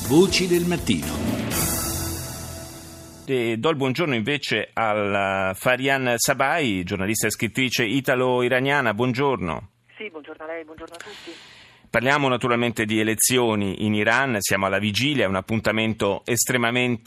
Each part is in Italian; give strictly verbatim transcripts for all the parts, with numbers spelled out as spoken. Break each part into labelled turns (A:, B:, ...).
A: Voci del mattino.
B: E do il buongiorno invece a Farian Sabai, giornalista e scrittrice italo-iraniana. Buongiorno.
C: Sì, buongiorno a lei, buongiorno a tutti.
B: Parliamo naturalmente di elezioni in Iran, siamo alla vigilia, è un appuntamento estremamente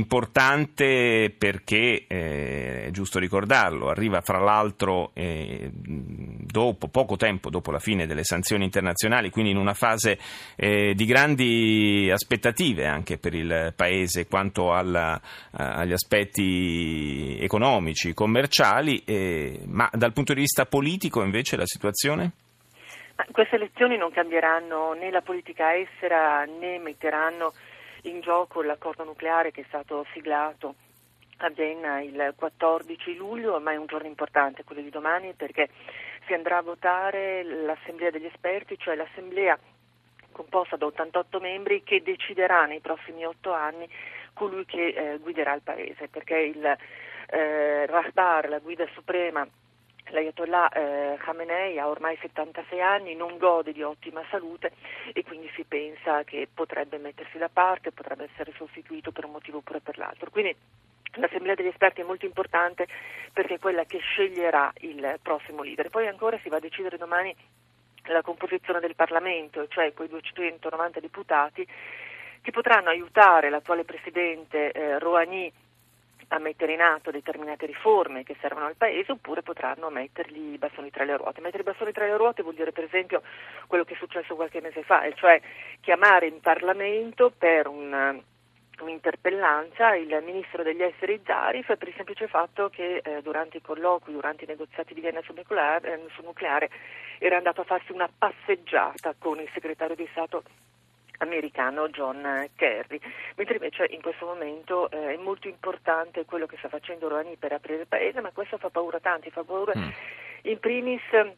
B: importante perché, eh, è giusto ricordarlo, arriva fra l'altro eh, dopo, poco tempo dopo la fine delle sanzioni internazionali, quindi in una fase eh, di grandi aspettative anche per il paese quanto alla, agli aspetti economici, commerciali, eh, ma dal punto di vista politico invece la situazione?
C: Queste elezioni non cambieranno né la politica estera né metteranno in gioco l'accordo nucleare che è stato siglato a Vienna il quattordici luglio, ma è un giorno importante quello di domani perché si andrà a votare l'assemblea degli esperti, cioè l'assemblea composta da ottantotto membri che deciderà nei prossimi otto anni colui che eh, guiderà il paese, perché il eh, Rahbar, la guida suprema, l'Ayatollah eh, Khamenei ha ormai settantasei anni, non gode di ottima salute e quindi si pensa che potrebbe mettersi da parte, potrebbe essere sostituito per un motivo oppure per l'altro. Quindi l'assemblea degli esperti è molto importante perché è quella che sceglierà il prossimo leader. Poi ancora si va a decidere domani la composizione del Parlamento, cioè quei duecentonovanta deputati che potranno aiutare l'attuale presidente eh, Rouhani a mettere in atto determinate riforme che servono al Paese, oppure potranno mettergli i bastoni tra le ruote. Mettere i bastoni tra le ruote vuol dire per esempio quello che è successo qualche mese fa, e cioè chiamare in Parlamento per un, un'interpellanza il ministro degli esteri Zarif per il semplice fatto che eh, durante i colloqui, durante i negoziati di Vienna sul nucleare, eh, sul nucleare era andato a farsi una passeggiata con il segretario di Stato americano John Kerry, mentre invece in questo momento eh, è molto importante quello che sta facendo Rouhani per aprire il paese, ma questo fa paura a tanti, fa paura mm. in primis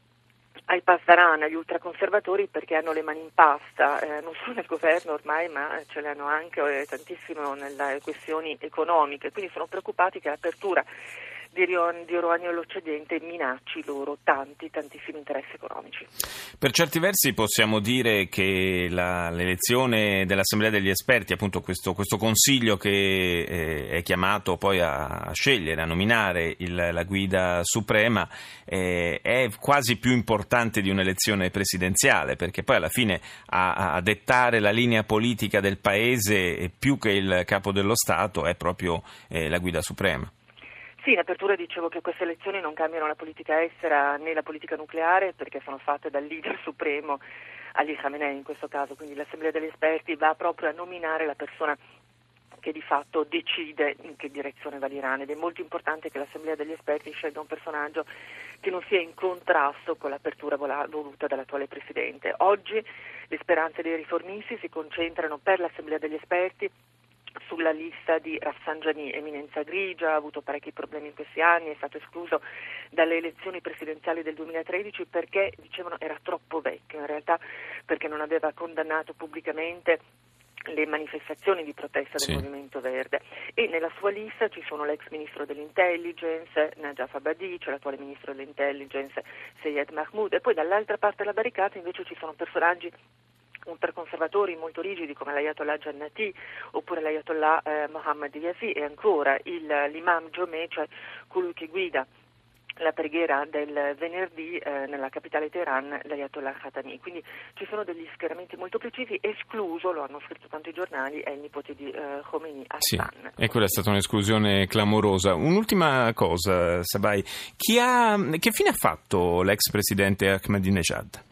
C: ai Pasdaran, agli ultraconservatori, perché hanno le mani in pasta, eh, non solo nel governo ormai, ma ce le hanno anche eh, tantissimo nelle questioni economiche, quindi sono preoccupati che l'apertura di Rouhani all'Occidente minacci loro tanti, tantissimi interessi economici.
B: Per certi versi possiamo dire che la, l'elezione dell'Assemblea degli esperti, appunto questo, questo consiglio che eh, è chiamato poi a, a scegliere, a nominare il, la guida suprema, eh, è quasi più importante di un'elezione presidenziale, perché poi alla fine a, a dettare la linea politica del paese più che il capo dello Stato è proprio eh, la guida suprema.
C: Sì, in apertura dicevo che queste elezioni non cambiano la politica estera né la politica nucleare perché sono fatte dal leader supremo Ali Khamenei in questo caso, quindi l'Assemblea degli esperti va proprio a nominare la persona che di fatto decide in che direzione va l'Iran, ed è molto importante che l'Assemblea degli esperti scelga un personaggio che non sia in contrasto con l'apertura voluta dall'attuale presidente. Oggi le speranze dei riformisti si concentrano per l'Assemblea degli esperti sulla lista di Rafsanjani, eminenza grigia, ha avuto parecchi problemi in questi anni, è stato escluso dalle elezioni presidenziali del duemilatredici perché, dicevano, era troppo vecchio, in realtà perché non aveva condannato pubblicamente le manifestazioni di protesta del sì. Movimento Verde, e nella sua lista ci sono l'ex ministro dell'intelligence Najaf Abadi, c'è l'attuale ministro dell'intelligence Seyed Mahmoud, e poi dall'altra parte della barricata invece ci sono personaggi ultraconservatori molto rigidi come l'Ayatollah Jannati oppure l'Ayatollah eh, Mohammad Yazi, e ancora il, l'imam Jomeh, cioè colui che guida la preghiera del venerdì eh, nella capitale Teheran, l'Ayatollah Khatami. Quindi ci sono degli schieramenti molto precisi, escluso, lo hanno scritto tanti giornali, è il nipote di eh, Khomeini, Hassan.
B: Sì, e quella è stata un'esclusione clamorosa. Un'ultima cosa, Sabai, chi ha, che fine ha fatto l'ex presidente Ahmadinejad?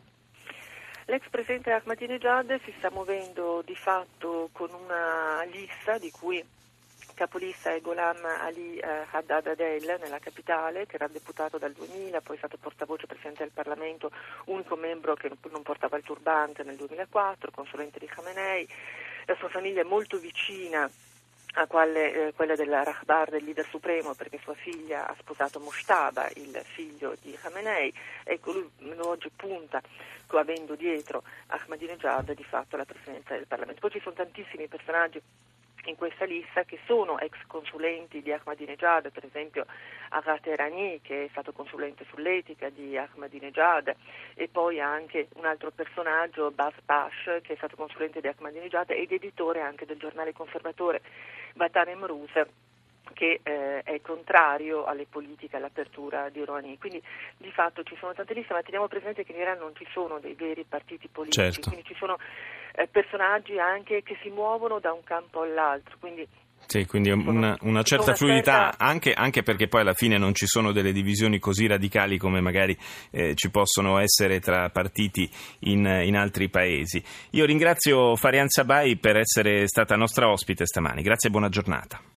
C: L'ex presidente Ahmadinejad si sta muovendo di fatto con una lista di cui capolista è Gholam Ali eh, Haddad Adel nella capitale, che era deputato dal duemila, poi è stato portavoce presidente del Parlamento, unico membro che non portava il turbante nel duemilaquattro, consulente di Khamenei. La sua famiglia è molto vicina a quale, eh, quella del Rahbar, del leader supremo, perché sua figlia ha sposato Moshtaba, il figlio di Khamenei. Ecco, lui oggi punta, avendo dietro Ahmadinejad, di fatto la presidenza del Parlamento. Poi ci sono tantissimi personaggi in questa lista che sono ex consulenti di Ahmadinejad, per esempio Agat Erani, che è stato consulente sull'etica di Ahmadinejad, e poi anche un altro personaggio, Bas Bash, che è stato consulente di Ahmadinejad ed editore anche del giornale conservatore Vatan Emruz, che eh, è contrario alle politiche, all'apertura di Rouhani. Quindi di fatto ci sono tante liste, ma teniamo presente che in Iran non ci sono dei veri partiti politici,
B: certo.
C: quindi ci sono eh, personaggi anche che si muovono da un campo all'altro, quindi
B: Sì, quindi una, una certa
C: una
B: fluidità,
C: certa...
B: Anche, anche perché poi alla fine non ci sono delle divisioni così radicali come magari eh, ci possono essere tra partiti in, in altri paesi. Io ringrazio Farian Sabai per essere stata nostra ospite stamani, grazie e buona giornata.